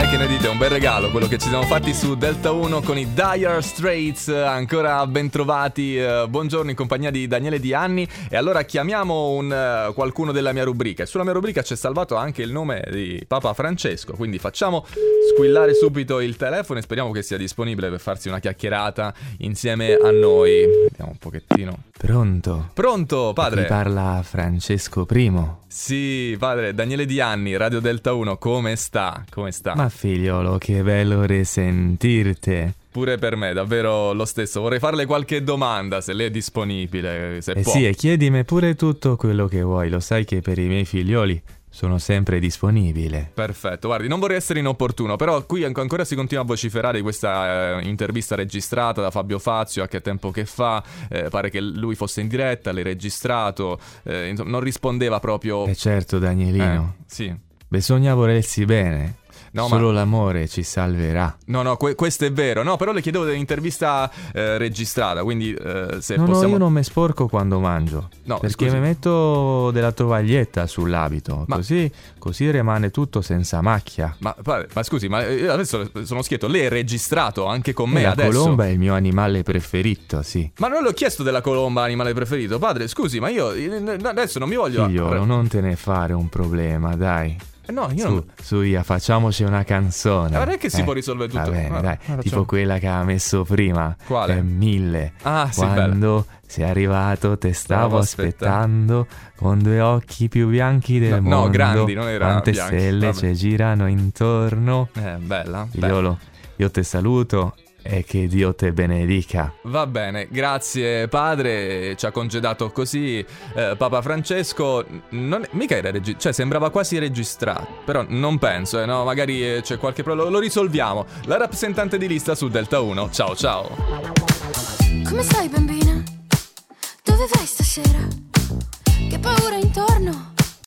Che ne dite? Un bel regalo quello che ci siamo fatti su Delta 1 con i Dire Straits. Ancora ben trovati, buongiorno in compagnia di Daniele Di Anni. E allora chiamiamo qualcuno della mia rubrica. E sulla mia rubrica c'è salvato anche il nome di Papa Francesco, quindi facciamo squillare subito il telefono e speriamo che sia disponibile per farsi una chiacchierata insieme a noi. Vediamo un pochettino. Pronto? Pronto, padre? Qui parla Francesco I. Sì, padre, Daniele Di Anni, Radio Delta 1, come sta? Come sta? Ma figliolo, che bello risentirti. Pure per me, davvero lo stesso. Vorrei farle qualche domanda, se lei è disponibile, se può. Sì, e chiedimi pure tutto quello che vuoi. Lo sai che per i miei figlioli sono sempre disponibile. Perfetto, guardi, non vorrei essere inopportuno, però qui ancora si continua a vociferare di questa intervista registrata da Fabio Fazio, a che tempo che fa, pare che lui fosse in diretta, l'hai registrato, insomma, non rispondeva proprio... Certo, Danielino. Sì. Bisogna volersi bene. No, solo l'amore ci salverà. No, questo è vero. No, però le chiedevo dell'intervista registrata, quindi se no, possiamo... No, io non mi sporco quando mangio. No, perché mi metto della tovaglietta sull'abito, così rimane tutto senza macchia. Ma scusi, ma io adesso sono schieto, lei è registrato anche con me adesso? La colomba è il mio animale preferito, sì. Ma non l'ho chiesto della colomba animale preferito, padre, scusi, ma io adesso non mi voglio... Figliolo, non te ne fare un problema, dai. No, io Suia, facciamoci una canzone. Ma non è che si può risolvere tutto. Va bene, dai, tipo quella che ha messo prima. Quale? 1000. Ah, sì, quando sei arrivato te stavo aspettando con due occhi più bianchi del mondo. No, grandi, non era quante bianchi. stelle ci girano intorno. Bella. Figliolo, io te saluto e che Dio te benedica. Va bene, grazie padre, ci ha congedato così Papa Francesco. Mica era cioè sembrava quasi registrato, però non penso, no? Magari c'è qualche problema, lo risolviamo. La rappresentante di lista su Delta 1. Ciao. Come stai, bambina? Dove vai stasera? Che paura intorno?